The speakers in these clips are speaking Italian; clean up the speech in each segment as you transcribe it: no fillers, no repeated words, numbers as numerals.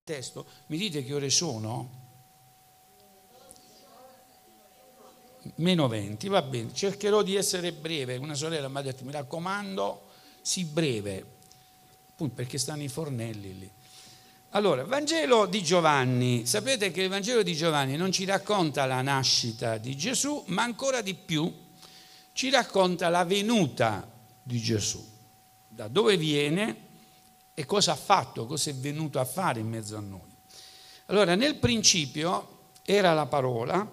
testo. Mi dite che ore sono? Meno 20, va bene, cercherò di essere breve. Una sorella mi ha detto, mi raccomando, sii breve, appunto perché stanno i fornelli lì. Allora, Vangelo di Giovanni, sapete che il Vangelo di Giovanni non ci racconta la nascita di Gesù, ma ancora di più ci racconta la venuta di Gesù, da dove viene e cosa ha fatto, cosa è venuto a fare in mezzo a noi. Allora, nel principio era la parola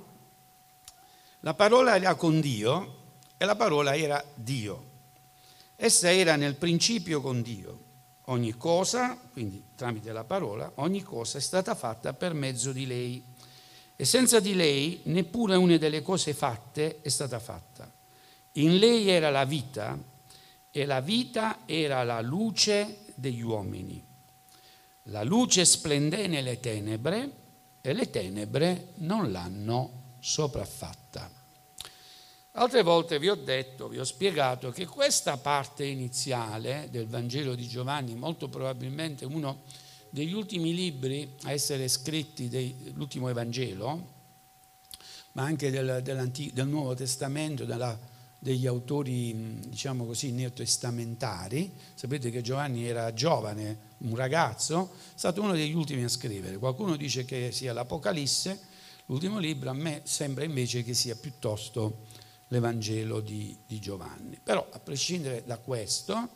era con Dio e la parola era Dio. Essa era nel principio con Dio. Ogni cosa, quindi tramite la parola, ogni cosa è stata fatta per mezzo di lei. E senza di lei neppure una delle cose fatte è stata fatta. In lei era la vita e la vita era la luce degli uomini. La luce splendé nelle tenebre e le tenebre non l'hanno sopraffatta. Altre volte vi ho spiegato che questa parte iniziale del Vangelo di Giovanni, molto probabilmente uno degli ultimi libri a essere scritti dell'ultimo Evangelo, ma anche del Nuovo Testamento, degli autori, diciamo così, neotestamentari. Sapete che Giovanni era giovane, un ragazzo, è stato uno degli ultimi a scrivere. Qualcuno dice che sia l'Apocalisse, l'ultimo libro, a me sembra invece che sia piuttosto l'Evangelo di Giovanni. Però, a prescindere da questo,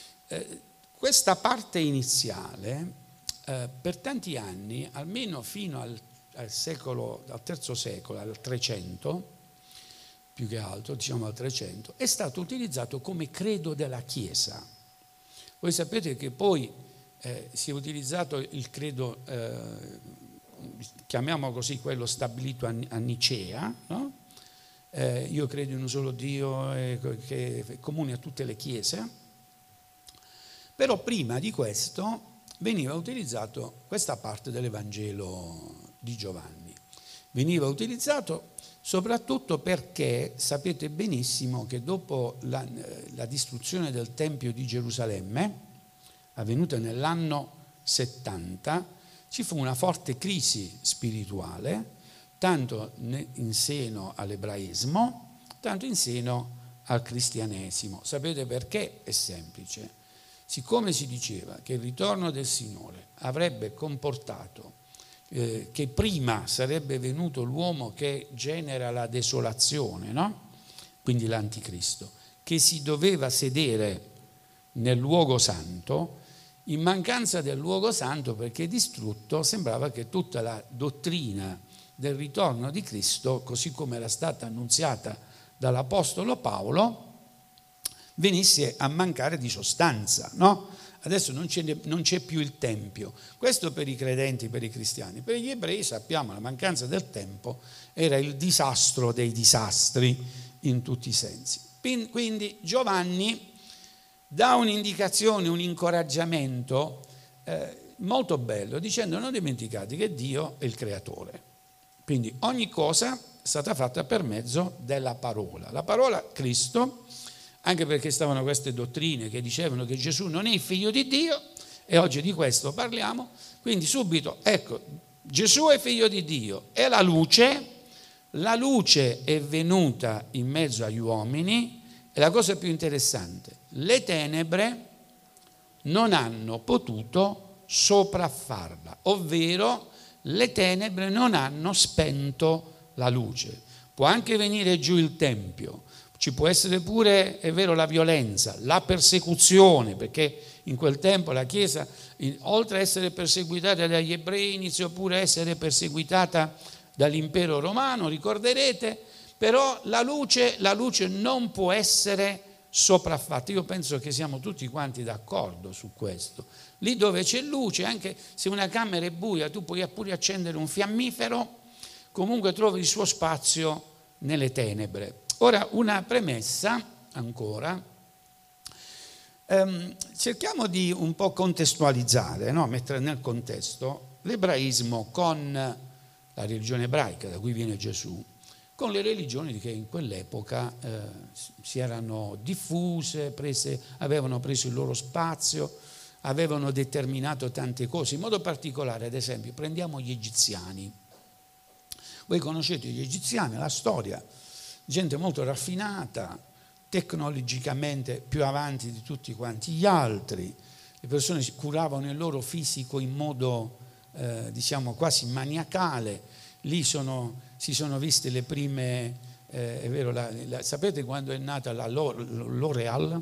questa parte iniziale, per tanti anni, almeno fino al terzo secolo, al 300, più che altro, diciamo al 300, è stato utilizzato come credo della Chiesa. Voi sapete che poi si è utilizzato il credo, chiamiamolo così, quello stabilito a Nicea, no? Io credo in un solo Dio che è comune a tutte le chiese, però prima di questo veniva utilizzato questa parte dell'Evangelo di Giovanni. Veniva utilizzato soprattutto perché sapete benissimo che dopo la distruzione del Tempio di Gerusalemme, avvenuta nell'anno 70, ci fu una forte crisi spirituale, tanto in seno all'ebraismo, tanto in seno al cristianesimo. Sapete perché? È semplice. Siccome si diceva che il ritorno del Signore avrebbe comportato che prima sarebbe venuto l'uomo che genera la desolazione, no? Quindi l'anticristo, che si doveva sedere nel luogo santo, in mancanza del luogo santo perché distrutto, sembrava che tutta la dottrina del ritorno di Cristo, così come era stata annunziata dall'Apostolo Paolo, venisse a mancare di sostanza, no? Adesso non c'è più il Tempio. Questo per i credenti, per i cristiani. Per gli ebrei sappiamo la mancanza del Tempio era il disastro dei disastri in tutti i sensi. Quindi Giovanni dà un'indicazione, un incoraggiamento molto bello, dicendo non dimenticate che Dio è il creatore. Quindi ogni cosa è stata fatta per mezzo della parola. La parola Cristo, anche perché stavano queste dottrine che dicevano che Gesù non è il figlio di Dio, e oggi di questo parliamo, quindi subito, ecco, Gesù è figlio di Dio, è la luce è venuta in mezzo agli uomini, e la cosa più interessante, le tenebre non hanno potuto sopraffarla, ovvero le tenebre non hanno spento la luce. Può anche venire giù il Tempio, ci può essere pure, è vero, la violenza, la persecuzione, perché in quel tempo la Chiesa, oltre a essere perseguitata dagli ebrei, iniziò pure a essere perseguitata dall'impero romano, ricorderete, però la luce non può essere sopraffatta. Io penso che siamo tutti quanti d'accordo su questo. Lì dove c'è luce, anche se una camera è buia, tu puoi pure accendere un fiammifero, comunque trovi il suo spazio nelle tenebre. Ora, una premessa ancora, cerchiamo di un po' contestualizzare, no? Mettere nel contesto l'ebraismo con la religione ebraica da cui viene Gesù, con le religioni che in quell'epoca si erano diffuse, avevano preso il loro spazio, avevano determinato tante cose, in modo particolare, ad esempio, prendiamo gli egiziani. Voi conoscete gli egiziani, la storia, gente molto raffinata, tecnologicamente più avanti di tutti quanti gli altri, le persone si curavano il loro fisico in modo diciamo quasi maniacale, lì si sono viste le prime, è vero, sapete quando è nata la L'Oreal?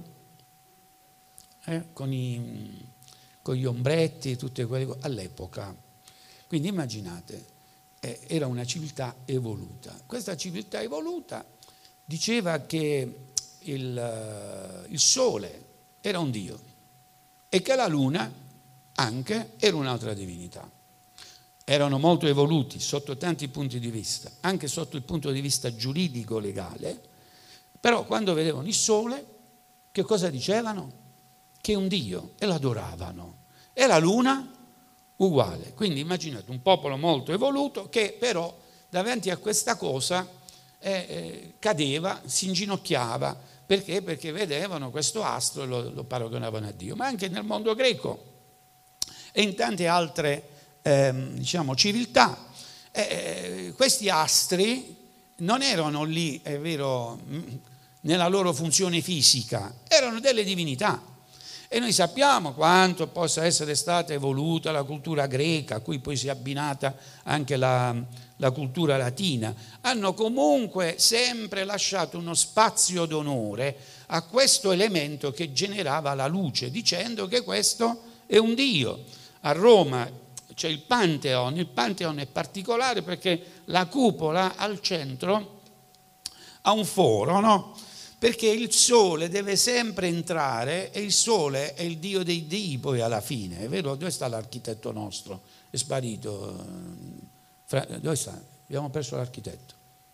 Con gli ombretti e tutte quelle cose, all'epoca. Quindi immaginate, era una civiltà evoluta. Questa civiltà evoluta diceva che il sole era un dio e che la luna anche era un'altra divinità. Erano molto evoluti sotto tanti punti di vista, anche sotto il punto di vista giuridico-legale, però quando vedevano il sole, che cosa dicevano? Che è un dio, e l'adoravano. E la luna uguale. Quindi immaginate un popolo molto evoluto che però davanti a questa cosa cadeva, si inginocchiava. Perché? Perché vedevano questo astro e lo paragonavano a Dio. Ma anche nel mondo greco e in tante altre diciamo civiltà, questi astri non erano lì, è vero, nella loro funzione fisica, erano delle divinità. E noi sappiamo quanto possa essere stata evoluta la cultura greca, a cui poi si è abbinata anche la cultura latina. Hanno comunque sempre lasciato uno spazio d'onore a questo elemento che generava la luce, dicendo che questo è un dio. A Roma c'è il Pantheon è particolare perché la cupola al centro ha un foro, no? Perché il sole deve sempre entrare e il sole è il dio dei dei poi alla fine, è vero? Dove sta l'architetto nostro? È sparito. Dove sta? Abbiamo perso l'architetto.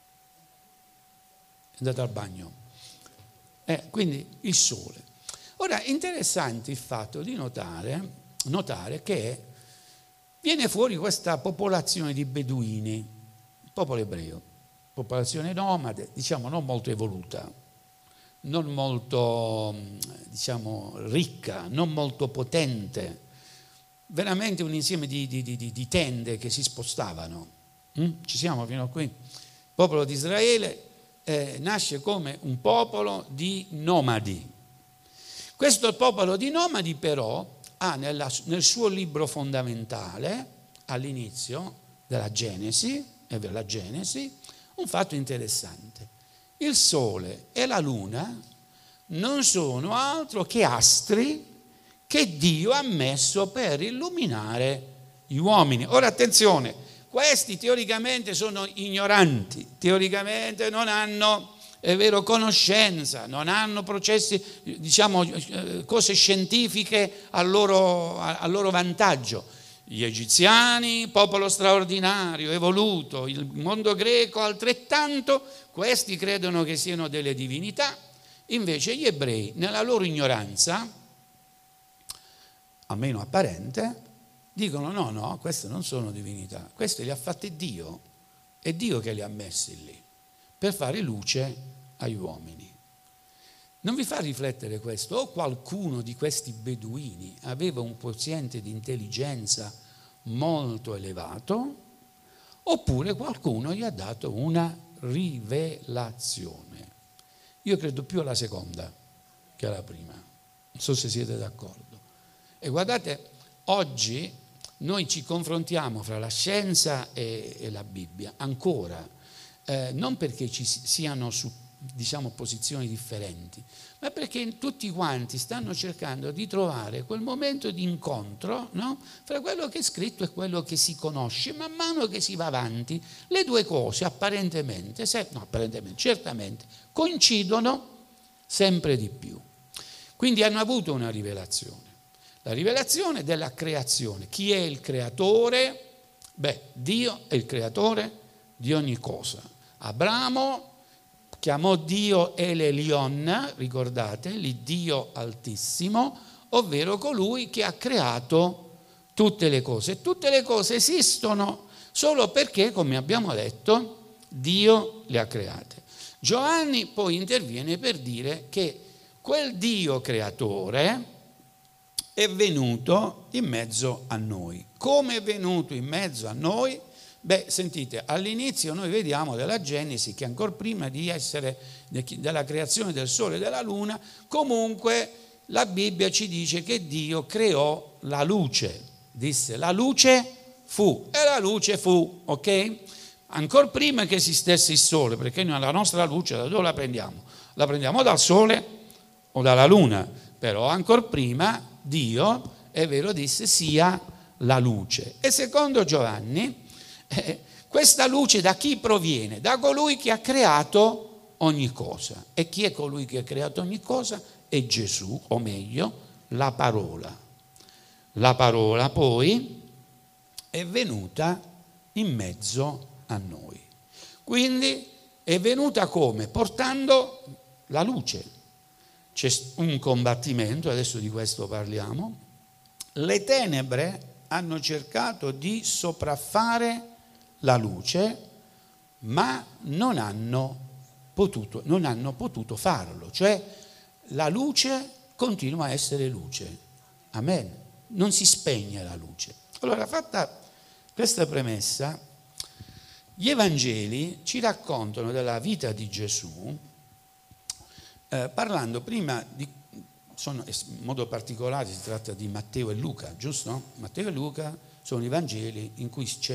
È andato al bagno. Quindi il sole. Ora è interessante il fatto di notare che viene fuori questa popolazione di beduini, il popolo ebreo, popolazione nomade, diciamo non molto evoluta, non molto, diciamo, ricca, non molto potente, veramente un insieme di tende che si spostavano. Ci siamo fino a qui? Il popolo di Israele nasce come un popolo di nomadi. Questo popolo di nomadi però ha nel suo libro fondamentale, all'inizio della Genesi, un fatto interessante. Il sole e la luna non sono altro che astri che Dio ha messo per illuminare gli uomini. Ora attenzione, questi teoricamente sono ignoranti, teoricamente non hanno, è vero, conoscenza, non hanno processi, diciamo, cose scientifiche a loro vantaggio. Gli egiziani, popolo straordinario, evoluto, il mondo greco altrettanto, questi credono che siano delle divinità, invece gli ebrei, nella loro ignoranza, almeno apparente, dicono no, queste non sono divinità, queste le ha fatte Dio, è Dio che le ha messi lì, per fare luce agli uomini. Non vi fa riflettere questo? O qualcuno di questi beduini aveva un quoziente di intelligenza molto elevato, oppure qualcuno gli ha dato una rivelazione. Io credo più alla seconda che alla prima. Non so se siete d'accordo. E guardate, oggi noi ci confrontiamo fra la scienza e la Bibbia, ancora, non perché ci siano su, diciamo, posizioni differenti, ma perché tutti quanti stanno cercando di trovare quel momento di incontro, no? Fra quello che è scritto e quello che si conosce. Man mano che si va avanti, le due cose certamente coincidono sempre di più. Quindi hanno avuto una rivelazione, la rivelazione della creazione. Chi è il creatore? Dio è il creatore di ogni cosa. Abramo chiamò Dio El Elyon, ricordate, l'Iddio Altissimo, ovvero colui che ha creato tutte le cose. E tutte le cose esistono solo perché, come abbiamo detto, Dio le ha create. Giovanni poi interviene per dire che quel Dio creatore è venuto in mezzo a noi. Come è venuto in mezzo a noi? Beh, sentite, all'inizio noi vediamo della Genesi che ancora prima di essere della creazione del Sole e della Luna, comunque la Bibbia ci dice che Dio creò la luce. Disse la luce fu e la luce fu, ok? Ancora prima che esistesse il Sole, perché noi la nostra luce da dove la prendiamo? La prendiamo dal Sole o dalla Luna, però ancora prima Dio, è vero, disse sia la luce. E secondo Giovanni, questa luce da chi proviene? Da colui che ha creato ogni cosa. E chi è colui che ha creato ogni cosa? È Gesù, o meglio, la parola. La parola poi è venuta in mezzo a noi. Quindi è venuta come? Portando la luce. C'è un combattimento, adesso di questo parliamo. Le tenebre hanno cercato di sopraffare la luce, ma non hanno potuto farlo. Cioè la luce continua a essere luce. Amen. Non si spegne la luce. Allora, fatta questa premessa, gli Evangeli ci raccontano della vita di Gesù, parlando prima in modo particolare si tratta di Matteo e Luca, giusto? Matteo e Luca sono i Vangeli in cui c'è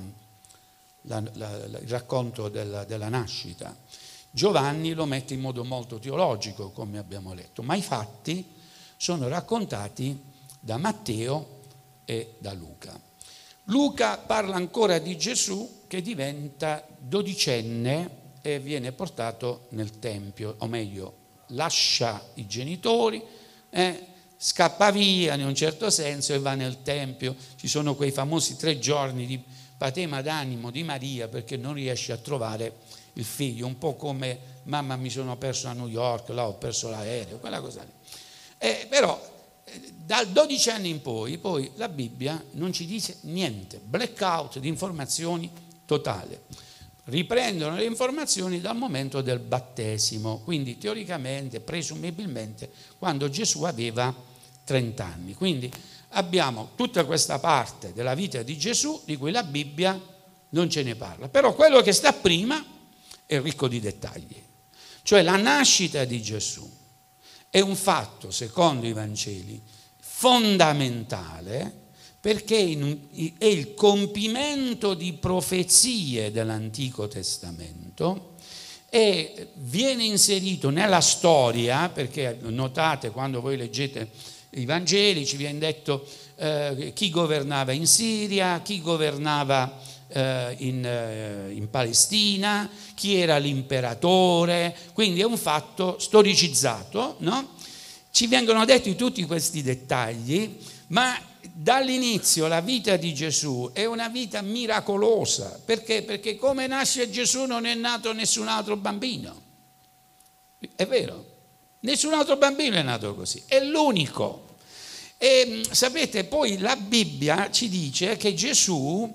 il racconto della nascita. Giovanni lo mette in modo molto teologico, come abbiamo letto, ma i fatti sono raccontati da Matteo e da Luca. Luca parla ancora di Gesù che diventa dodicenne e viene portato nel Tempio, o meglio, lascia i genitori, scappa via in un certo senso e va nel Tempio. Ci sono quei famosi 3 giorni di patema d'animo di Maria perché non riesce a trovare il figlio, un po' come mamma mi sono perso a New York, là ho perso l'aereo, quella cosa lì. Però dal 12 anni in poi la Bibbia non ci dice niente, blackout di informazioni totale. Riprendono le informazioni dal momento del battesimo, quindi teoricamente, presumibilmente, quando Gesù aveva 30 anni. Quindi abbiamo tutta questa parte della vita di Gesù di cui la Bibbia non ce ne parla. Però quello che sta prima è ricco di dettagli. Cioè la nascita di Gesù è un fatto, secondo i Vangeli, fondamentale perché è il compimento di profezie dell'Antico Testamento e viene inserito nella storia, perché notate quando voi leggete i Vangeli ci viene detto chi governava in Siria, chi governava in Palestina, chi era l'imperatore, quindi è un fatto storicizzato, no? Ci vengono detti tutti questi dettagli, ma dall'inizio la vita di Gesù è una vita miracolosa. Perché? Perché come nasce Gesù non è nato nessun altro bambino. È vero, nessun altro bambino è nato così, è l'unico. E sapete, poi la Bibbia ci dice che Gesù,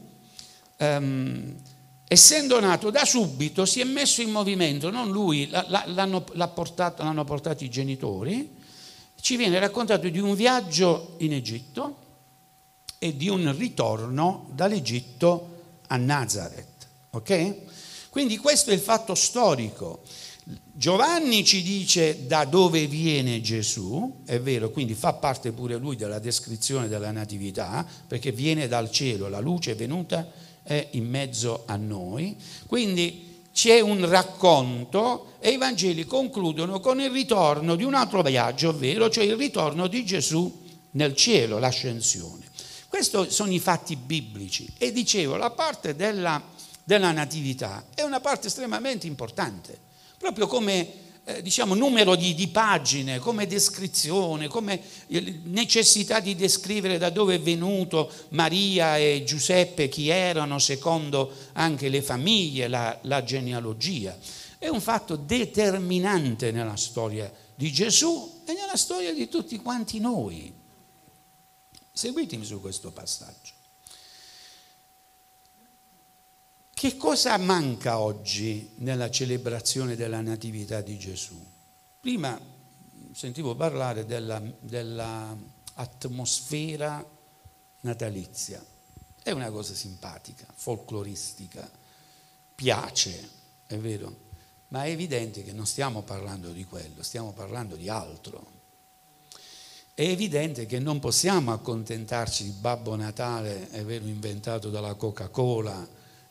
essendo nato da subito, si è messo in movimento, non lui, l'hanno portato i genitori. Ci viene raccontato di un viaggio in Egitto e di un ritorno dall'Egitto a Nazareth, ok? Quindi questo è il fatto storico. Giovanni ci dice da dove viene Gesù, è vero, quindi fa parte pure lui della descrizione della natività, perché viene dal cielo, la luce è venuta in mezzo a noi, quindi c'è un racconto e i Vangeli concludono con il ritorno di un altro viaggio, ovvero cioè il ritorno di Gesù nel cielo, l'ascensione. Questi sono i fatti biblici e dicevo, la parte della natività è una parte estremamente importante, proprio come numero di pagine, come descrizione, come necessità di descrivere da dove è venuto Maria e Giuseppe, chi erano, secondo anche le famiglie, la genealogia. È un fatto determinante nella storia di Gesù e nella storia di tutti quanti noi. Seguitemi su questo passaggio. Che cosa manca oggi nella celebrazione della natività di Gesù? Prima sentivo parlare della atmosfera natalizia. È una cosa simpatica, folcloristica, piace, è vero, ma è evidente che non stiamo parlando di quello, stiamo parlando di altro. È evidente che non possiamo accontentarci di Babbo Natale, è vero, inventato dalla Coca-Cola.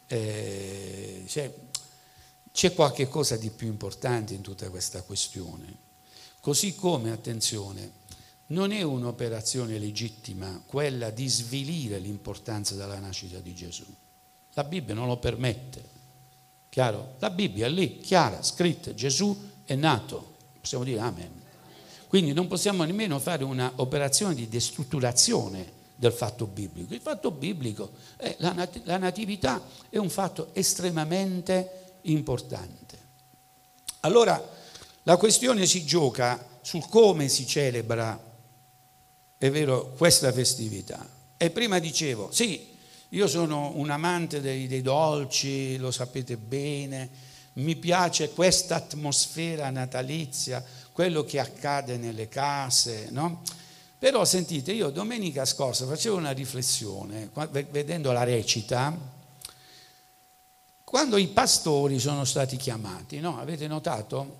C'è qualche cosa di più importante in tutta questa questione. Così come, attenzione, non è un'operazione legittima quella di svilire l'importanza della nascita di Gesù. La Bibbia non lo permette. Chiaro? La Bibbia è lì, chiara, scritta, Gesù è nato. Possiamo dire amen. Quindi non possiamo nemmeno fare un'operazione di destrutturazione del fatto biblico. Il fatto biblico, la natività è un fatto estremamente importante. Allora, la questione si gioca sul come si celebra, è vero, questa festività. E prima dicevo, sì, io sono un amante dei dolci, lo sapete bene, mi piace questa atmosfera natalizia, quello che accade nelle case, no? Però sentite, io domenica scorsa facevo una riflessione, vedendo la recita, quando i pastori sono stati chiamati, no? Avete notato?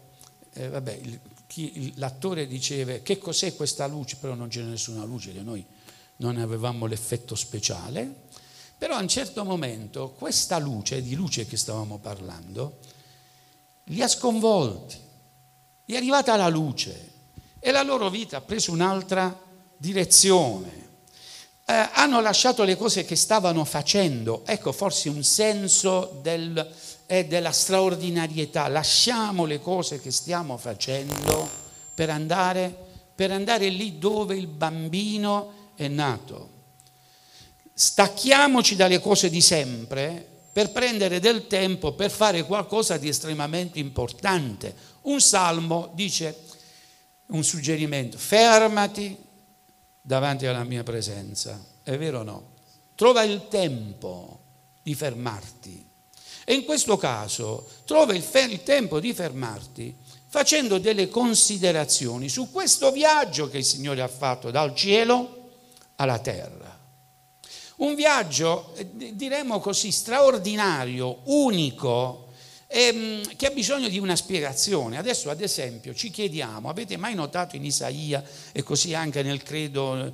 L'attore diceva che cos'è questa luce, però non c'era nessuna luce, che noi non avevamo l'effetto speciale, però a un certo momento questa luce, di luce che stavamo parlando, li ha sconvolti, è arrivata la luce e la loro vita ha preso un'altra direzione, hanno lasciato le cose che stavano facendo, ecco forse un senso della straordinarietà, lasciamo le cose che stiamo facendo per andare lì dove il bambino è nato. Stacchiamoci dalle cose di sempre per prendere del tempo per fare qualcosa di estremamente importante. Un salmo dice, un suggerimento, fermati davanti alla mia presenza, è vero o no? Trova il tempo di fermarti. E in questo caso trova il tempo di fermarti facendo delle considerazioni su questo viaggio che il Signore ha fatto dal cielo alla terra. Un viaggio, diremmo così, straordinario, unico, che ha bisogno di una spiegazione. Adesso, ad esempio, ci chiediamo, avete mai notato in Isaia e così anche nel credo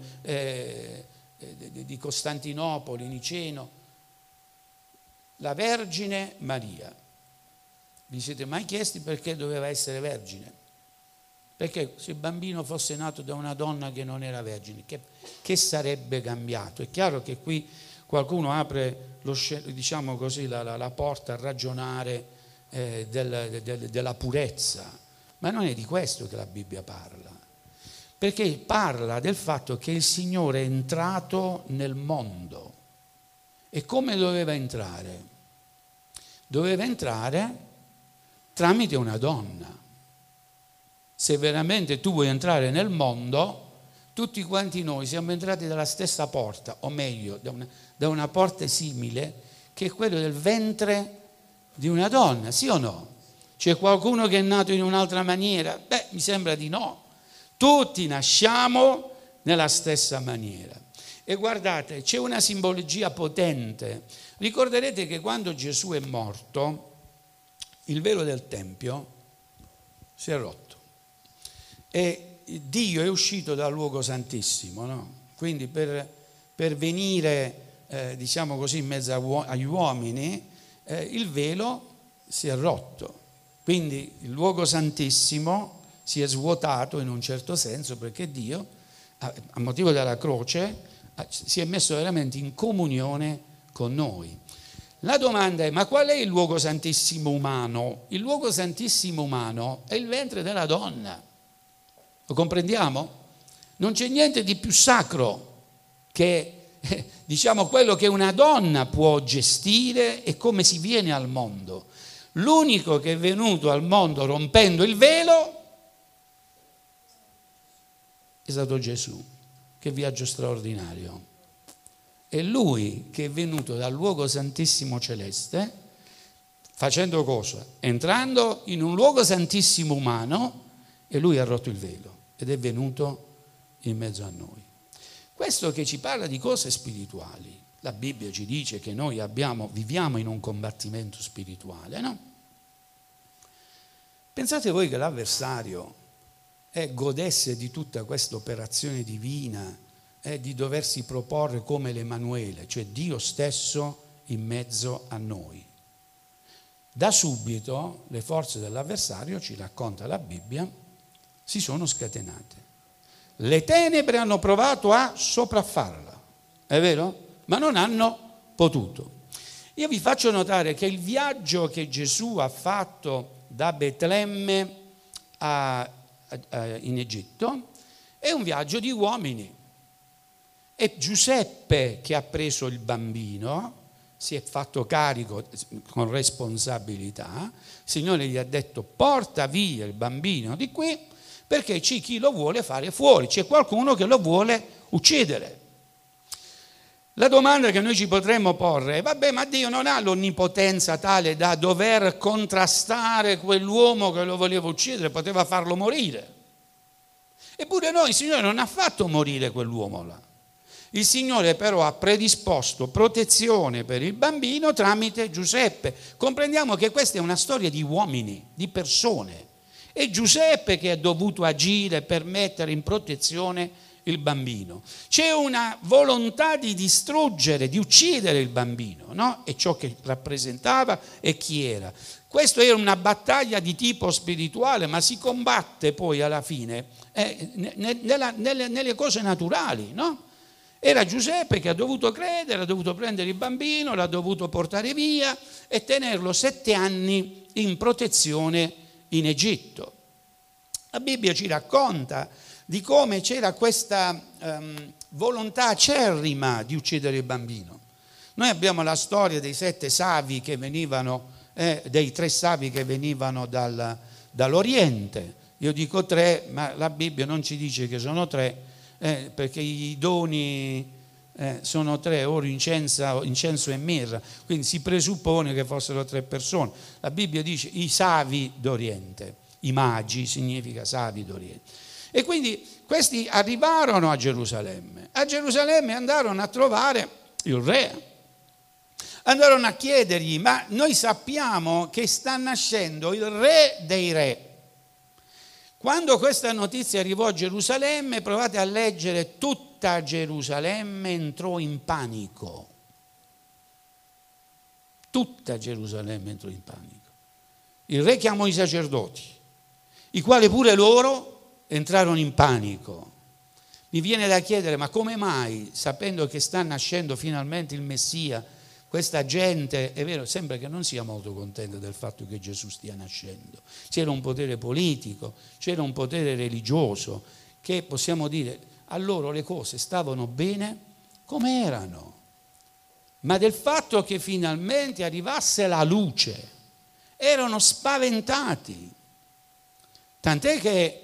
di Costantinopoli, Niceno, la Vergine Maria? Vi siete mai chiesti perché doveva essere vergine? Perché se il bambino fosse nato da una donna che non era vergine, che sarebbe cambiato? È chiaro che qui qualcuno apre diciamo così, la porta a ragionare della purezza, ma non è di questo che la Bibbia parla, perché parla del fatto che il Signore è entrato nel mondo. E come doveva entrare? Doveva entrare tramite una donna. Se veramente tu vuoi entrare nel mondo, tutti quanti noi siamo entrati dalla stessa porta, o meglio, da una porta simile, che è quella del ventre di una donna, sì o no? C'è qualcuno che è nato in un'altra maniera? Beh, mi sembra di no. Tutti nasciamo nella stessa maniera. E guardate, c'è una simbologia potente. Ricorderete che quando Gesù è morto, il velo del Tempio si è rotto. E Dio è uscito dal luogo santissimo, no? Quindi per venire, diciamo così, in mezzo agli uomini, il velo si è rotto. Quindi il luogo santissimo si è svuotato in un certo senso, perché Dio, a motivo della croce, si è messo veramente in comunione con noi. La domanda è: ma qual è il luogo santissimo umano? Il luogo santissimo umano è il ventre della donna. Lo comprendiamo? Non c'è niente di più sacro che, diciamo, quello che una donna può gestire e come si viene al mondo. L'unico che è venuto al mondo rompendo il velo è stato Gesù. Che viaggio straordinario. È Lui che è venuto dal luogo santissimo celeste, facendo cosa? Entrando in un luogo santissimo umano, e Lui ha rotto il velo ed è venuto in mezzo a noi. questo che ci parla di cose spirituali. La Bibbia ci dice che noi viviamo in un combattimento spirituale, no? Pensate voi che l'avversario godesse di tutta questa operazione divina, di doversi proporre come l'Emanuele, cioè Dio stesso in mezzo a noi. Da subito le forze dell'avversario, ci racconta la Bibbia, si sono scatenate. Le tenebre hanno provato a sopraffarla, è vero? Ma non hanno potuto. Io vi faccio notare che il viaggio che Gesù ha fatto da Betlemme in Egitto è un viaggio di uomini. È Giuseppe che ha preso il bambino, si è fatto carico con responsabilità, il Signore gli ha detto porta via il bambino di qui perché c'è chi lo vuole fare fuori, c'è qualcuno che lo vuole uccidere. La domanda che noi ci potremmo porre è, vabbè, ma Dio non ha l'onnipotenza tale da dover contrastare quell'uomo che lo voleva uccidere, poteva farlo morire. Eppure no, il Signore non ha fatto morire quell'uomo là. Il Signore però ha predisposto protezione per il bambino tramite Giuseppe. Comprendiamo che questa è una storia di uomini, di persone. È Giuseppe che ha dovuto agire per mettere in protezione il bambino. C'è una volontà di distruggere, di uccidere il bambino, no? E ciò che rappresentava e chi era. Questa è una battaglia di tipo spirituale, ma si combatte poi alla fine nelle cose naturali, no? Era Giuseppe che ha dovuto credere, ha dovuto prendere il bambino, l'ha dovuto portare via e tenerlo 7 anni in protezione in Egitto. La Bibbia ci racconta di come c'era questa volontà acerrima di uccidere il bambino. Noi abbiamo la storia dei 7 savi che venivano, dei 3 savi che venivano dall'Oriente. Io dico 3, ma la Bibbia non ci dice che sono 3, perché i doni sono 3, oro, incenso e mirra, quindi si presuppone che fossero 3 persone. La Bibbia dice i savi d'Oriente, i magi significa savi d'Oriente. E quindi questi arrivarono a Gerusalemme. A Gerusalemme andarono a trovare il re. Andarono a chiedergli, ma noi sappiamo che sta nascendo il re dei re. Quando questa notizia arrivò a Gerusalemme, provate a leggere, tutta Gerusalemme entrò in panico. Tutta Gerusalemme entrò in panico. Il re chiamò i sacerdoti, i quali pure loro entrarono in panico. Mi viene da chiedere, ma come mai, sapendo che sta nascendo finalmente il Messia, questa gente, è vero, sembra che non sia molto contenta del fatto che Gesù stia nascendo. C'era un potere politico, c'era un potere religioso, che possiamo dire, a loro le cose stavano bene come erano. Ma del fatto che finalmente arrivasse la luce, erano spaventati. Tant'è che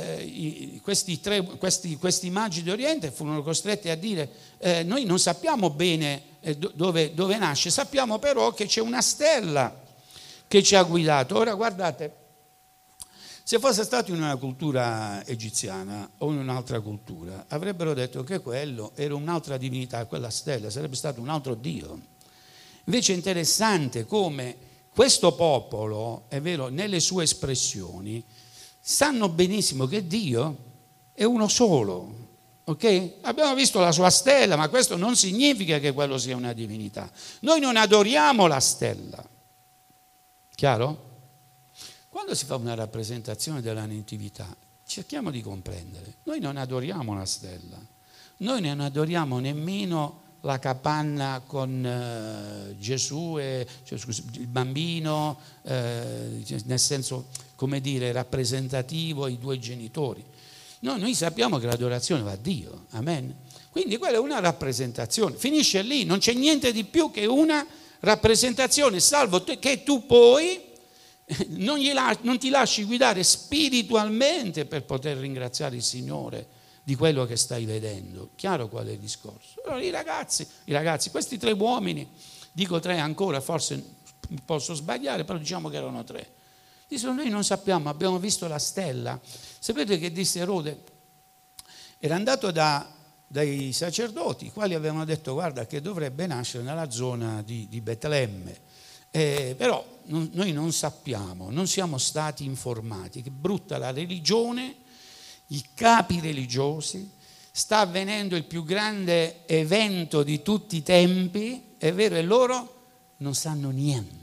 questi magi d'Oriente furono costretti a dire noi non sappiamo bene dove nasce, sappiamo però che c'è una stella che ci ha guidato. Ora guardate, se fosse stato in una cultura egiziana o in un'altra cultura avrebbero detto che quello era un'altra divinità, quella stella sarebbe stato un altro Dio. Invece è interessante come questo popolo, è vero, nelle sue espressioni sanno benissimo che Dio è uno solo, ok? Abbiamo visto la sua stella, ma questo non significa che quello sia una divinità. Noi non adoriamo la stella, chiaro? Quando si fa una rappresentazione della natività, cerchiamo di comprendere, noi non adoriamo la stella, noi non adoriamo nemmeno la capanna con Gesù e il bambino, nel senso, come dire, rappresentativo ai 2 genitori. No, noi sappiamo che l'adorazione va a Dio, amen. Quindi quella è una rappresentazione, finisce lì, non c'è niente di più che una rappresentazione, salvo che tu poi non ti lasci guidare spiritualmente per poter ringraziare il Signore di quello che stai vedendo. Chiaro qual è il discorso? Allora, i ragazzi, questi 3 uomini, dico 3 ancora, forse posso sbagliare, però diciamo che erano 3. Dicono, noi non sappiamo, abbiamo visto la stella. Sapete che disse Erode? Era andato da dai sacerdoti, i quali avevano detto guarda che dovrebbe nascere nella zona di Betlemme. Però noi non sappiamo, non siamo stati informati, che brutta la religione, i capi religiosi, sta avvenendo il più grande evento di tutti i tempi, è vero, e loro non sanno niente.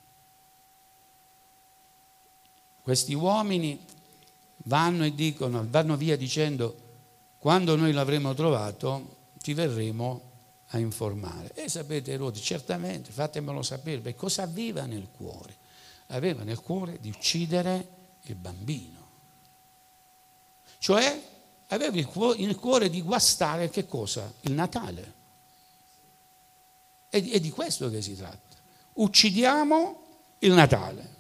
Questi uomini vanno e dicono, vanno via dicendo quando noi l'avremo trovato ti verremo a informare. E sapete Erode, certamente, fatemelo sapere, perché cosa aveva nel cuore? Aveva nel cuore di uccidere il bambino. Cioè aveva il cuore di guastare che cosa? Il Natale. È di questo che si tratta. Uccidiamo il Natale.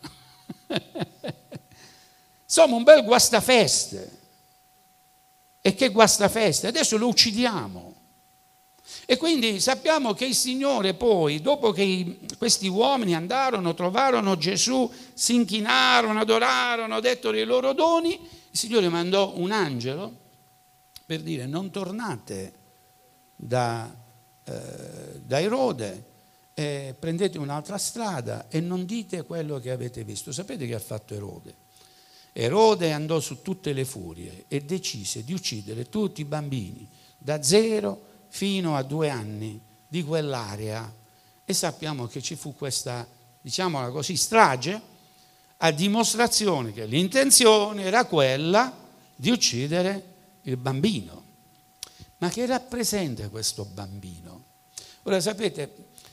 Insomma, un bel guastafeste. E che guastafeste? Adesso lo uccidiamo. E quindi sappiamo che il Signore poi, dopo che questi uomini andarono, trovarono Gesù, si inchinarono, adorarono, dettero i loro doni, il Signore mandò un angelo per dire non tornate da Erode, prendete un'altra strada e non dite quello che avete visto. Sapete che ha fatto Erode? Erode andò su tutte le furie e decise di uccidere tutti i bambini da 0 fino a 2 anni di quell'area, e sappiamo che ci fu questa, diciamola così, strage, a dimostrazione che l'intenzione era quella di uccidere il bambino. Ma che rappresenta questo bambino? Ora sapete,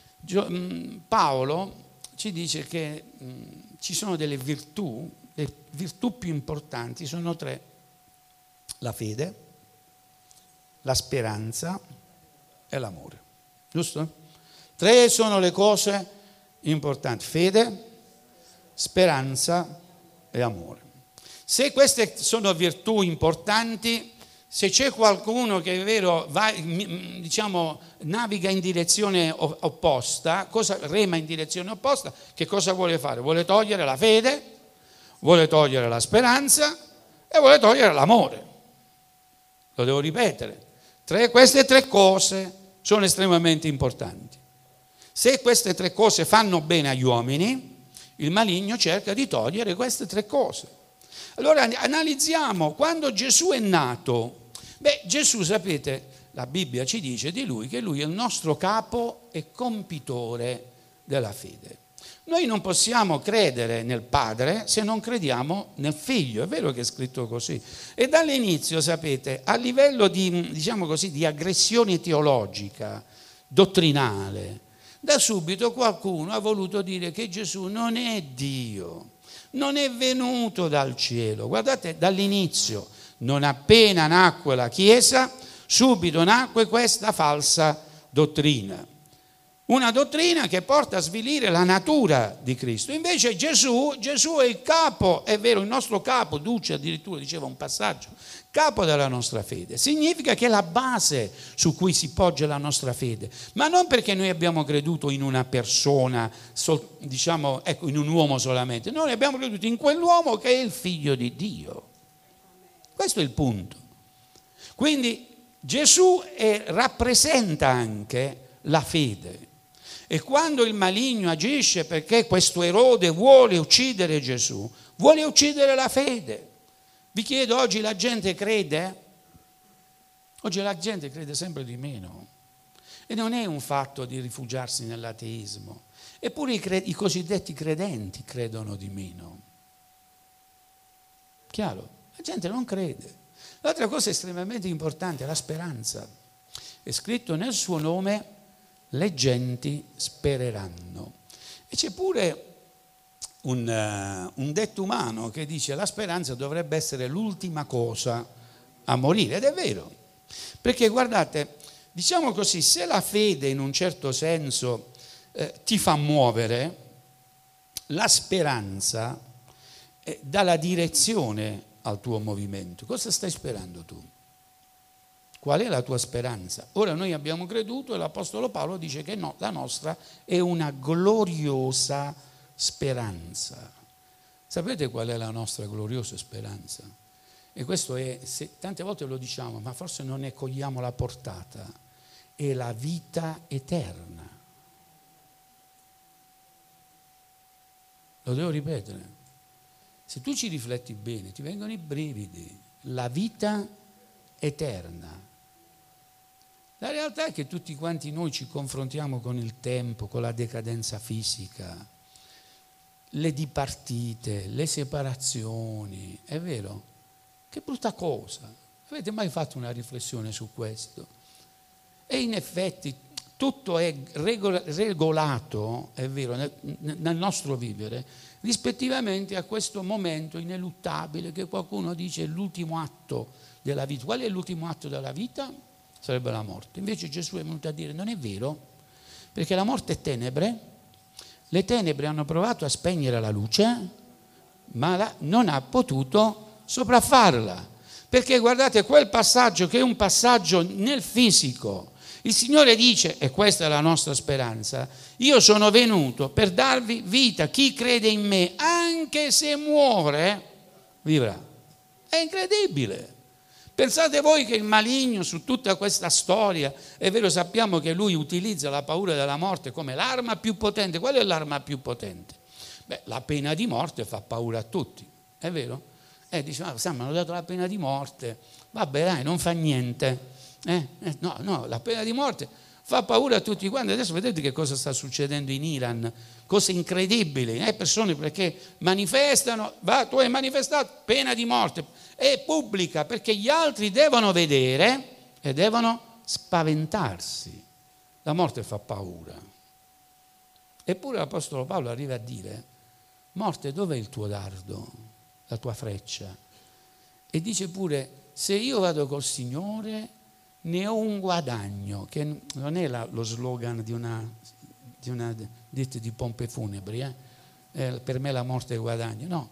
Paolo ci dice che ci sono delle virtù, le virtù più importanti sono 3: la fede, la speranza e l'amore. Giusto? 3 sono le cose importanti: fede, speranza e amore. Se queste sono virtù importanti, se c'è qualcuno che è vero va, diciamo, naviga in direzione opposta, rema in direzione opposta, che cosa vuole fare? Vuole togliere la fede, vuole togliere la speranza e vuole togliere l'amore. Lo devo ripetere. Queste 3 cose sono estremamente importanti. Se queste 3 cose fanno bene agli uomini, il maligno cerca di togliere queste 3 cose. Allora analizziamo quando Gesù è nato. Gesù, sapete, la Bibbia ci dice di lui che lui è il nostro capo e compitore della fede. Noi non possiamo credere nel Padre se non crediamo nel Figlio, è vero che è scritto così. E dall'inizio, sapete, a livello di, diciamo così, di aggressione teologica, dottrinale, da subito qualcuno ha voluto dire che Gesù non è Dio, non è venuto dal cielo. Guardate, dall'inizio, non appena nacque la Chiesa, subito nacque questa falsa dottrina. Una dottrina che porta a svilire la natura di Cristo. Invece Gesù è il capo, è vero, il nostro capo, Duce addirittura diceva un passaggio, capo della nostra fede. Significa che è la base su cui si poggia la nostra fede, ma non perché noi abbiamo creduto in una persona, diciamo, ecco, in un uomo solamente. Noi abbiamo creduto in quell'uomo che è il Figlio di Dio. Questo è il punto. Quindi Gesù rappresenta anche la fede. E quando il maligno agisce perché questo Erode vuole uccidere Gesù, vuole uccidere la fede. Vi chiedo, oggi la gente crede? Oggi la gente crede sempre di meno. E non è un fatto di rifugiarsi nell'ateismo. Eppure i cosiddetti credenti credono di meno. Chiaro? La gente non crede. L'altra cosa estremamente importante è la speranza. È scritto nel suo nome: le genti spereranno. E c'è pure un detto umano che dice la speranza dovrebbe essere l'ultima cosa a morire, ed è vero, perché guardate, diciamo così, se la fede in un certo senso ti fa muovere, la speranza dà la direzione al tuo movimento. Cosa stai sperando tu? Qual è la tua speranza? Ora noi abbiamo creduto e l'Apostolo Paolo dice che no, la nostra è una gloriosa speranza. Sapete qual è la nostra gloriosa speranza? e questo è, tante volte lo diciamo, ma forse non ne cogliamo la portata, è la vita eterna. Lo devo ripetere. Se tu ci rifletti bene, ti vengono i brividi. La vita eterna. La realtà è che tutti quanti noi ci confrontiamo con il tempo, con la decadenza fisica, le dipartite, le separazioni, è vero? Che brutta cosa. Avete mai fatto una riflessione su questo? E in effetti tutto è regolato, è vero, nel nostro vivere, rispettivamente a questo momento ineluttabile che qualcuno dice è l'ultimo atto della vita. Qual è l'ultimo atto della vita? Sarebbe la morte. Invece Gesù è venuto a dire non è vero, perché la morte è tenebre, le tenebre hanno provato a spegnere la luce, ma non ha potuto sopraffarla. Perché guardate, quel passaggio che è un passaggio nel fisico, il Signore dice, e questa è la nostra speranza, io sono venuto per darvi vita, chi crede in me, anche se muore, vivrà. È incredibile. Pensate voi che il maligno su tutta questa storia, è vero, sappiamo che lui utilizza la paura della morte come l'arma più potente. Qual è l'arma più potente? Beh, la pena di morte fa paura a tutti, è vero? Dice, mi hanno dato la pena di morte, vabbè dai, non fa niente. No, la pena di morte fa paura a tutti quanti. Adesso vedete che cosa sta succedendo in Iran, cose incredibili, persone perché manifestano, tu hai manifestato, pena di morte, è pubblica perché gli altri devono vedere e devono spaventarsi. La morte fa paura. Eppure l'Apostolo Paolo arriva a dire, morte, dov'è il tuo dardo, la tua freccia? E dice pure, se io vado col Signore ne ho un guadagno, che non è lo slogan di una ditta di pompe funebri, per me la morte è guadagno, no.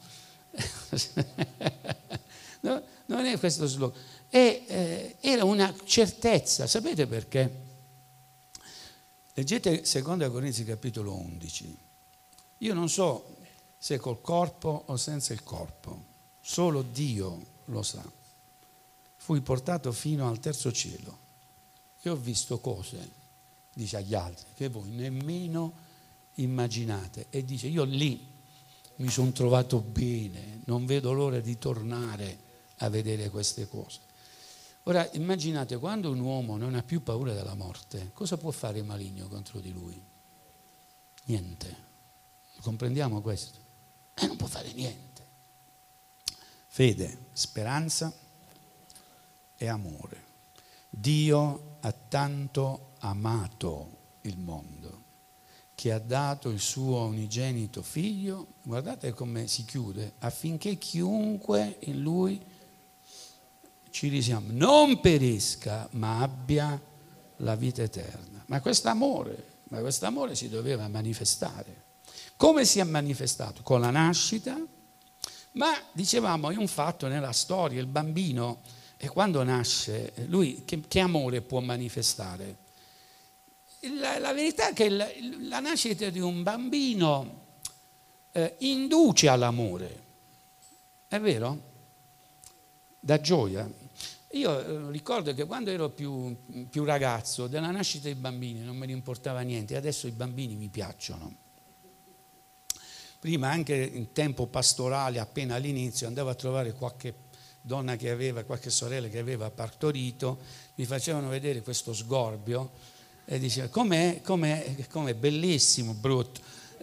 No, non è questo slogan, era una certezza. Sapete perché? Leggete 2 Corinzi capitolo 11. Io non so se col corpo o senza il corpo, solo Dio lo sa. Fui portato fino al terzo cielo e ho visto cose, dice agli altri, che voi nemmeno immaginate. E dice, io lì mi sono trovato bene, non vedo l'ora di tornare a vedere queste cose. Ora immaginate, quando un uomo non ha più paura della morte, cosa può fare il maligno contro di lui? Niente. Comprendiamo questo? Non può fare niente. Fede, speranza e amore. Dio ha tanto amato il mondo che ha dato il suo unigenito figlio, guardate come si chiude, affinché chiunque in lui ci risiamo, non perisca, ma abbia la vita eterna. Ma questo amore si doveva manifestare. Come si è manifestato? Con la nascita, ma dicevamo, è un fatto nella storia, il bambino, e quando nasce, lui che amore può manifestare? La verità è che la nascita di un bambino induce all'amore, è vero? Da gioia. Io ricordo che quando ero più ragazzo, della nascita dei bambini non me ne importava niente, adesso i bambini mi piacciono. Prima, anche in tempo pastorale, appena all'inizio, andavo a trovare qualche donna che aveva, qualche sorella che aveva partorito, mi facevano vedere questo sgorbio e diceva, com'è bellissimo, brutto.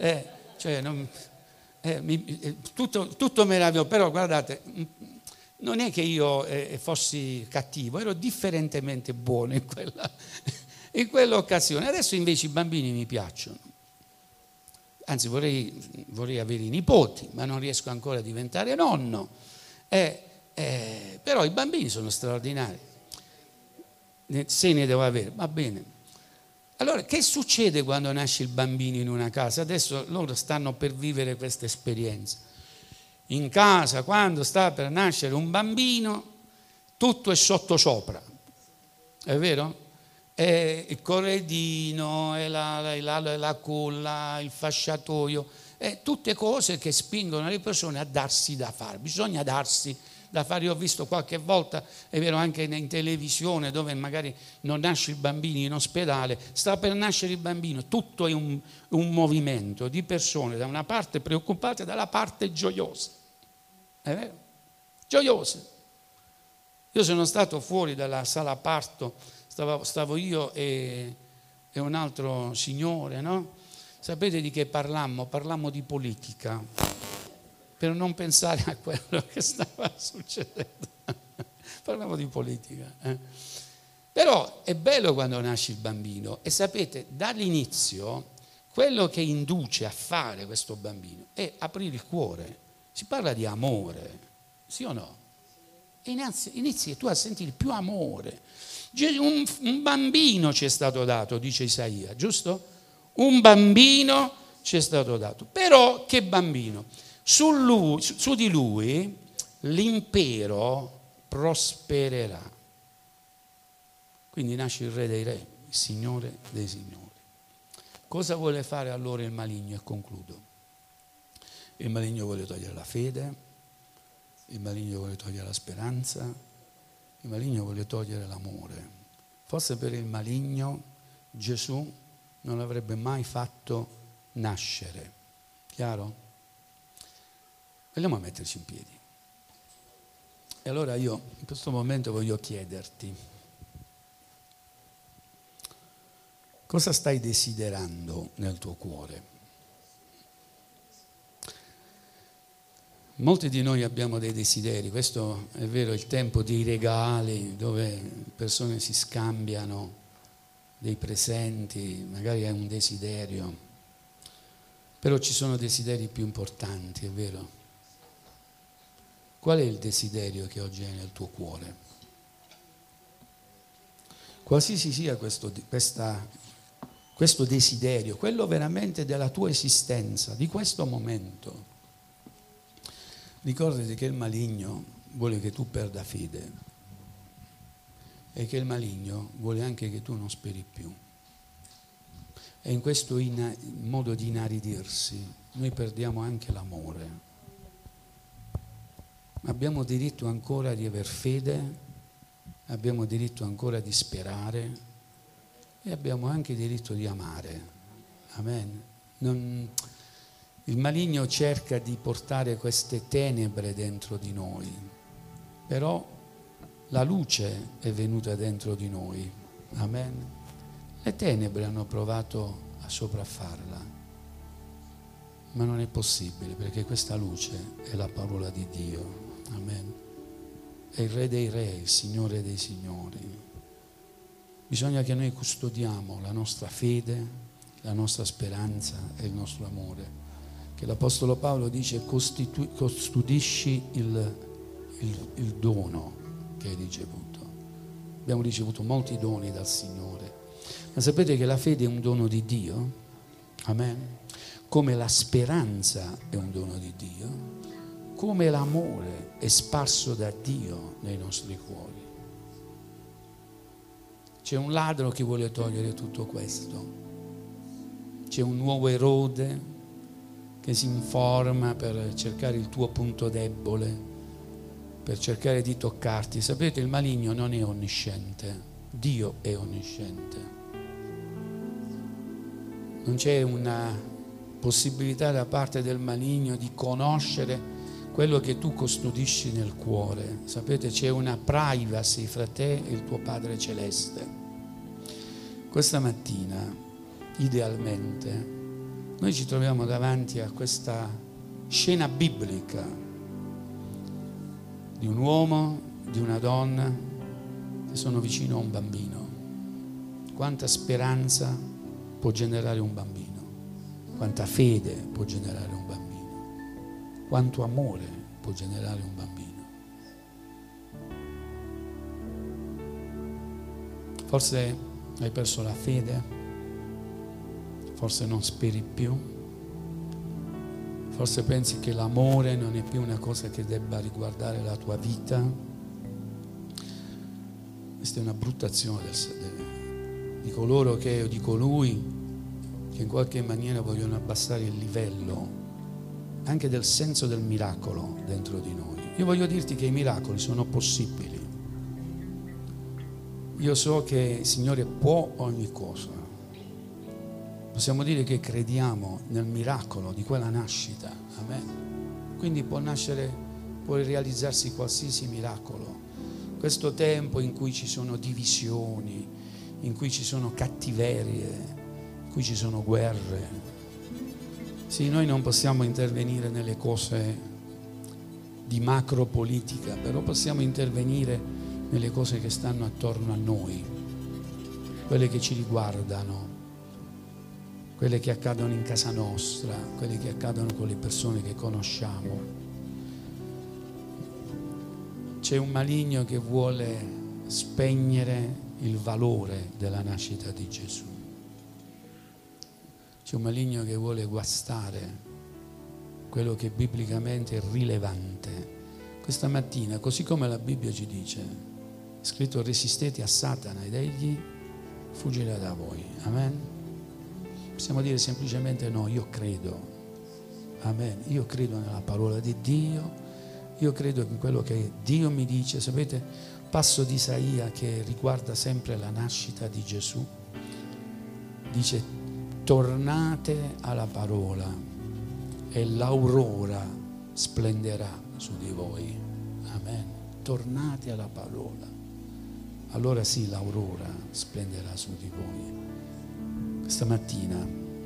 Tutto meraviglioso, però guardate, non è che io fossi cattivo, ero differentemente buono in quell'occasione. Adesso invece i bambini mi piacciono. Anzi, vorrei avere i nipoti, ma non riesco ancora a diventare nonno. Però i bambini sono straordinari. Se ne devo avere, va bene. Allora, che succede quando nasce il bambino in una casa? Adesso loro stanno per vivere questa esperienza. In casa, quando sta per nascere un bambino, tutto è sottosopra. È vero? Il corredino, la culla, il fasciatoio, tutte cose che spingono le persone a darsi da fare. Bisogna darsi da fare. Io ho visto qualche volta, è vero, anche in televisione, dove magari non nasce il bambino in ospedale, sta per nascere il bambino, tutto è un movimento di persone, da una parte preoccupate, dalla parte gioiose, è vero? Gioiose. Io sono stato fuori dalla sala parto, stavo io e un altro signore, no? Sapete di che parlammo? Parlammo di politica, per non pensare a quello che stava succedendo. Parliamo di politica. Però è bello quando nasce il bambino, e sapete, dall'inizio quello che induce a fare questo bambino è aprire il cuore. Si parla di amore, sì o no? Inizi tu a sentire più amore. Un bambino ci è stato dato, dice Isaia, giusto? Un bambino ci è stato dato. Però che bambino? Su di lui l'impero prospererà. Quindi nasce il re dei re, il signore dei signori. Cosa vuole fare allora il maligno? E concludo. Il maligno vuole togliere la fede, il maligno vuole togliere la speranza, il maligno vuole togliere l'amore. Forse per il maligno Gesù non l'avrebbe mai fatto nascere. Chiaro? Vogliamo a metterci in piedi. E allora io in questo momento voglio chiederti: cosa stai desiderando nel tuo cuore? Molti di noi abbiamo dei desideri, questo è vero, il tempo dei regali, dove persone si scambiano dei presenti, magari è un desiderio, però ci sono desideri più importanti, è vero? Qual è il desiderio che oggi hai nel tuo cuore? Qualsiasi sia questo desiderio, quello veramente della tua esistenza, di questo momento. Ricordati che il maligno vuole che tu perda fede e che il maligno vuole anche che tu non speri più. E in questo modo di inaridirsi noi perdiamo anche l'amore. Abbiamo diritto ancora di aver fede, abbiamo diritto ancora di sperare e abbiamo anche diritto di amare. Amen. Il maligno cerca di portare queste tenebre dentro di noi, però la luce è venuta dentro di noi. Amen. Le tenebre hanno provato a sopraffarla, ma non è possibile, perché questa luce è la parola di Dio. Amen. È il Re dei Re, il Signore dei Signori. Bisogna che noi custodiamo la nostra fede, la nostra speranza e il nostro amore. Che l'Apostolo Paolo dice: custodisci il dono che hai ricevuto. Abbiamo ricevuto molti doni dal Signore, ma sapete che la fede è un dono di Dio? Amen. Come la speranza è un dono di Dio, come l'amore è sparso da Dio nei nostri cuori. C'è un ladro che vuole togliere tutto questo, c'è un nuovo Erode che si informa per cercare il tuo punto debole, per cercare di toccarti. Sapete, il maligno non è onnisciente, Dio è onnisciente. Non c'è una possibilità da parte del maligno di conoscere quello che tu custodisci nel cuore. Sapete, c'è una privacy fra te e il tuo Padre Celeste. Questa mattina, idealmente, noi ci troviamo davanti a questa scena biblica di un uomo, di una donna che sono vicino a un bambino. Quanta speranza può generare un bambino, quanta fede può generare un bambino, quanto amore può generare un bambino. Forse hai perso la fede, forse non speri più, forse pensi che l'amore non è più una cosa che debba riguardare la tua vita. Questa è una brutta azione di coloro che, o di colui che in qualche maniera vogliono abbassare il livello anche del senso del miracolo dentro di noi. Io voglio dirti che i miracoli sono possibili. Io so che il Signore può ogni cosa. Possiamo dire che crediamo nel miracolo di quella nascita. Amen. Quindi può realizzarsi qualsiasi miracolo. Questo tempo in cui ci sono divisioni, in cui ci sono cattiverie, in cui ci sono guerre. Sì, noi non possiamo intervenire nelle cose di macro politica, però possiamo intervenire nelle cose che stanno attorno a noi, quelle che ci riguardano, quelle che accadono in casa nostra, quelle che accadono con le persone che conosciamo. C'è un maligno che vuole spegnere il valore della nascita di Gesù. C'è un maligno che vuole guastare quello che biblicamente è rilevante. Questa mattina, così come la Bibbia ci dice, è scritto: resistete a Satana ed egli fuggirà da voi. Amen. Possiamo dire semplicemente no, io credo. Amen. Io credo nella parola di Dio, io credo in quello che Dio mi dice. Sapete, passo di Isaia che riguarda sempre la nascita di Gesù, dice: tornate alla parola e l'aurora splenderà su di voi. Amen. Tornate alla parola, allora sì, l'aurora splenderà su di voi. Questa mattina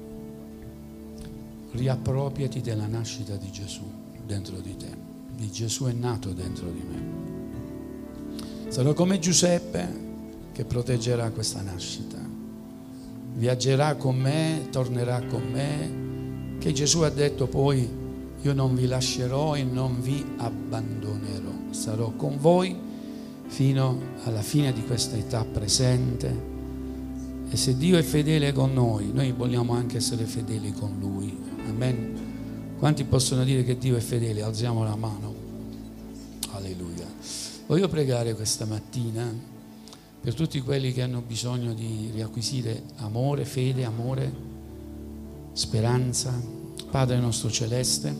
riappropriati della nascita di Gesù dentro di te. Di Gesù è nato dentro di me. Sarò come Giuseppe che proteggerà questa nascita. Viaggerà con me, tornerà con me, che Gesù ha detto poi: io non vi lascerò e non vi abbandonerò, sarò con voi fino alla fine di questa età presente. E se Dio è fedele con noi vogliamo anche essere fedeli con Lui. Amen. Quanti possono dire che Dio è fedele? Alziamo la mano. Alleluia. Voglio pregare questa mattina per tutti quelli che hanno bisogno di riacquisire amore, fede, amore, speranza. Padre nostro celeste,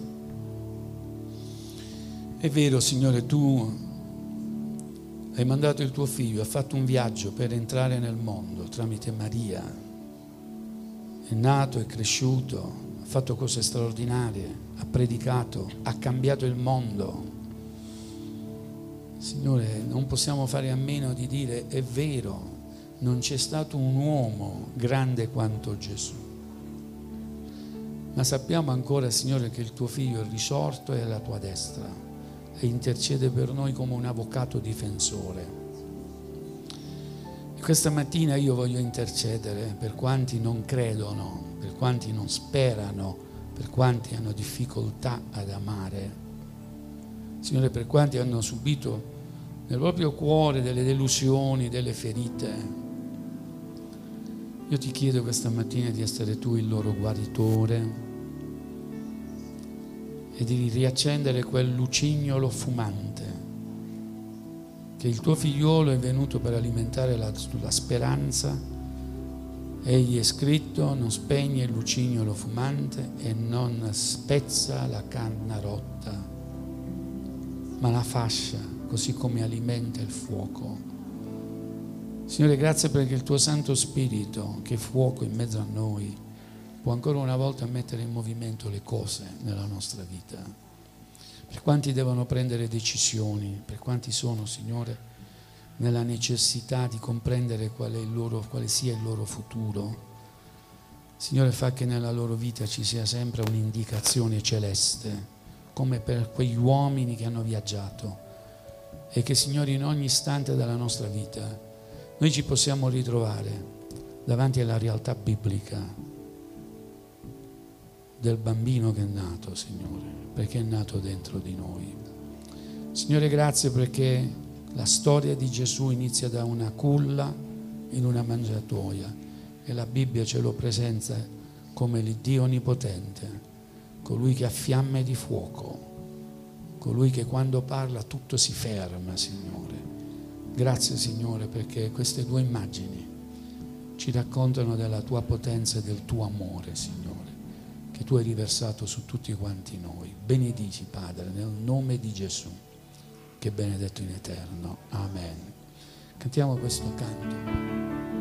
è vero, Signore, tu hai mandato il tuo figlio, ha fatto un viaggio per entrare nel mondo tramite Maria, è nato, è cresciuto, ha fatto cose straordinarie, ha predicato, ha cambiato il mondo. Signore, non possiamo fare a meno di dire: è vero, non c'è stato un uomo grande quanto Gesù. Ma sappiamo ancora, Signore, che il tuo figlio è risorto e è alla tua destra e intercede per noi come un avvocato difensore. E questa mattina io voglio intercedere per quanti non credono, per quanti non sperano, per quanti hanno difficoltà ad amare. Signore, per quanti hanno subito nel proprio cuore delle delusioni, delle ferite, io ti chiedo questa mattina di essere tu il loro guaritore e di riaccendere quel lucignolo fumante che il tuo figliolo è venuto per alimentare la speranza. Egli è scritto: non spegne il lucignolo fumante e non spezza la canna rotta, ma la fascia, così come alimenta il fuoco. Signore, grazie perché il tuo Santo Spirito, che è fuoco in mezzo a noi, può ancora una volta mettere in movimento le cose nella nostra vita. Per quanti devono prendere decisioni, per quanti sono, Signore, nella necessità di comprendere quale sia il loro futuro, Signore, fa che nella loro vita ci sia sempre un'indicazione celeste, come per quegli uomini che hanno viaggiato, e che, Signore, in ogni istante della nostra vita noi ci possiamo ritrovare davanti alla realtà biblica del bambino che è nato, Signore, perché è nato dentro di noi. Signore, grazie perché la storia di Gesù inizia da una culla in una mangiatoia e la Bibbia ce lo presenta come l'Iddio onnipotente, colui che ha fiamme di fuoco, colui che quando parla tutto si ferma, Signore. Grazie, Signore, perché queste due immagini ci raccontano della tua potenza e del tuo amore, Signore, che tu hai riversato su tutti quanti noi. Benedici, Padre, nel nome di Gesù, che è benedetto in eterno. Amen. Cantiamo questo canto.